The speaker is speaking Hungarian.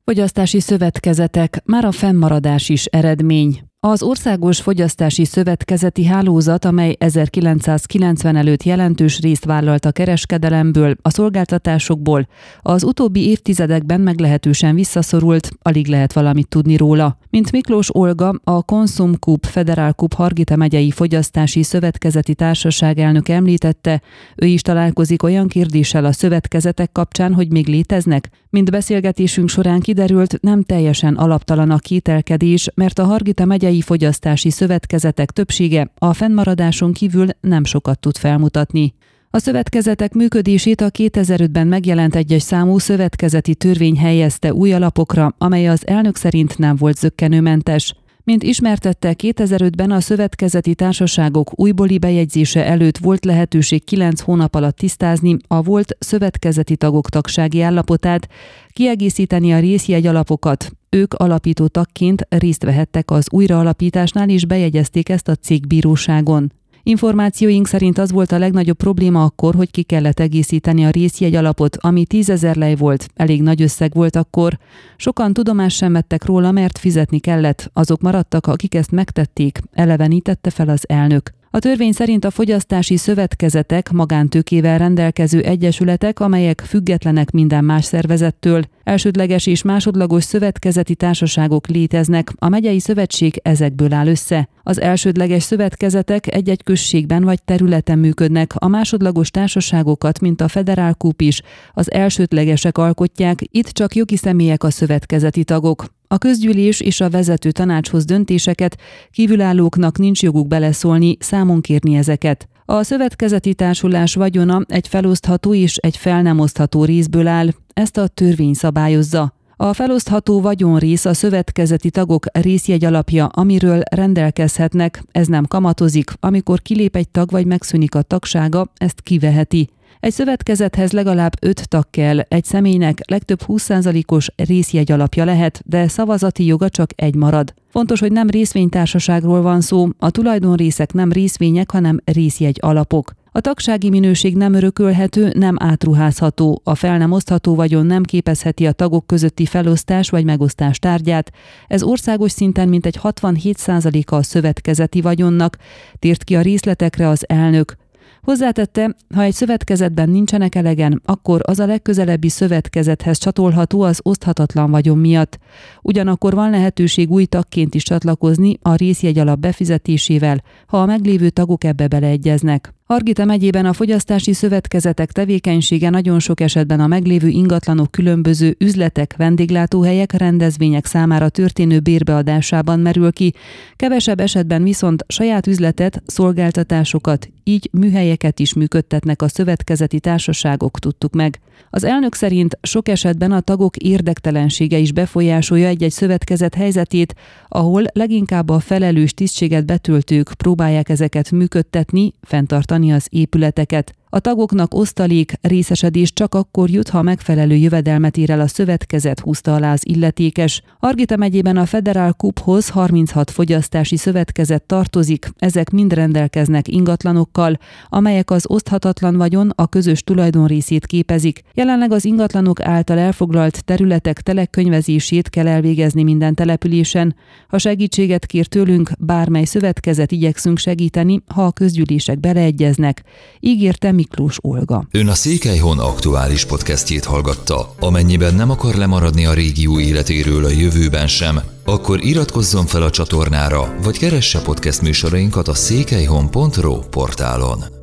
Fogyasztási szövetkezetek, már a fennmaradás is eredmény. Az Országos Fogyasztási Szövetkezeti Hálózat, amely 1990 előtt jelentős részt vállalt a kereskedelemből, a szolgáltatásokból, az utóbbi évtizedekben meglehetősen visszaszorult, alig lehet valamit tudni róla. Mint Miklós Olga, a Konsum-Coop Federal-Coop Hargita megyei Fogyasztási Szövetkezeti Társaság elnöke említette, ő is találkozik olyan kérdéssel a szövetkezetek kapcsán, hogy még léteznek. Mint beszélgetésünk során kiderült, nem teljesen alaptalan a kételkedés, mert a Hargita megyei fogyasztási szövetkezetek többsége a fennmaradáson kívül nem sokat tud felmutatni. A szövetkezetek működését a 2005-ben megjelent egyes számú szövetkezeti törvény helyezte új alapokra, amely az elnök szerint nem volt zökkenőmentes. Mint ismertette, 2005-ben a szövetkezeti társaságok újbóli bejegyzése előtt volt lehetőség 9 hónap alatt tisztázni a volt szövetkezeti tagok tagsági állapotát, kiegészíteni a részjegyalapokat. Ők alapító tagként részt vehettek az újraalapításnál és bejegyezték ezt a cégbíróságon. Információink szerint az volt a legnagyobb probléma akkor, hogy ki kellett egészíteni a részjegyalapot, ami 10 000 lej volt, elég nagy összeg volt akkor. Sokan tudomást sem vettek róla, mert fizetni kellett, azok maradtak, akik ezt megtették, elevenítette fel az elnök. A törvény szerint a fogyasztási szövetkezetek magántőkével rendelkező egyesületek, amelyek függetlenek minden más szervezettől. Elsődleges és másodlagos szövetkezeti társaságok léteznek, a megyei szövetség ezekből áll össze. Az elsődleges szövetkezetek egy-egy községben vagy területen működnek, a másodlagos társaságokat, mint a Federal-Coop is, az elsődlegesek alkotják, itt csak jogi személyek a szövetkezeti tagok. A közgyűlés és a vezető tanácshoz döntéseket, kívülállóknak nincs joguk beleszólni, számon kérni ezeket. A szövetkezeti társulás vagyona egy felosztható és egy fel nem osztható részből áll, ezt a törvény szabályozza. A felosztható vagyonrész a szövetkezeti tagok részjegyalapja, amiről rendelkezhetnek, ez nem kamatozik, amikor kilép egy tag vagy megszűnik a tagsága, ezt kiveheti. Egy szövetkezethez legalább 5 tag kell, egy személynek legtöbb 20%-os részjegyalapja lehet, de szavazati joga csak egy marad. Fontos, hogy nem részvénytársaságról van szó, a tulajdonrészek nem részvények, hanem részjegy alapok. A tagsági minőség nem örökölhető, nem átruházható, a fel nem osztható vagyon nem képezheti a tagok közötti felosztás vagy megosztás tárgyát. Ez országos szinten mintegy 67%-a a szövetkezeti vagyonnak, tért ki a részletekre az elnök. Hozzátette, ha egy szövetkezetben nincsenek elegen, akkor az a legközelebbi szövetkezethez csatolható az oszthatatlan vagyon miatt. Ugyanakkor van lehetőség új tagként is csatlakozni a részjegyalap befizetésével, ha a meglévő tagok ebbe beleegyeznek. Hargita megyében a fogyasztási szövetkezetek tevékenysége nagyon sok esetben a meglévő ingatlanok különböző üzletek, vendéglátóhelyek, rendezvények számára történő bérbeadásában merül ki, kevesebb esetben viszont saját üzletet, szolgáltatásokat, így műhelyeket is működtetnek a szövetkezeti társaságok, tudtuk meg. Az elnök szerint sok esetben a tagok érdektelensége is befolyásolja egy-egy szövetkezet helyzetét, ahol leginkább a felelős tisztséget betöltők próbálják ezeket működtetni, fenntartani az épületeket. A tagoknak osztalék, részesedés csak akkor jut, ha megfelelő jövedelmet ér el a szövetkezet, húzta alá az illetékes. Hargita megyében a Federal-Coophoz 36 fogyasztási szövetkezet tartozik, ezek mind rendelkeznek ingatlanokkal, amelyek az oszthatatlan vagyon a közös tulajdonrészét képezik. Jelenleg az ingatlanok által elfoglalt területek telekönyvezését kell elvégezni minden településen. Ha segítséget kér tőlünk bármely szövetkezet, igyekszünk segíteni, ha a közgyűlések beleegyeznek, ígérte Miklós Olga. Ön a Székelyhon aktuális podcastjét hallgatta. Amennyiben nem akar lemaradni a régió életéről a jövőben sem, akkor iratkozzon fel a csatornára, vagy keresse podcast műsorainkat a székelyhon.ro portálon.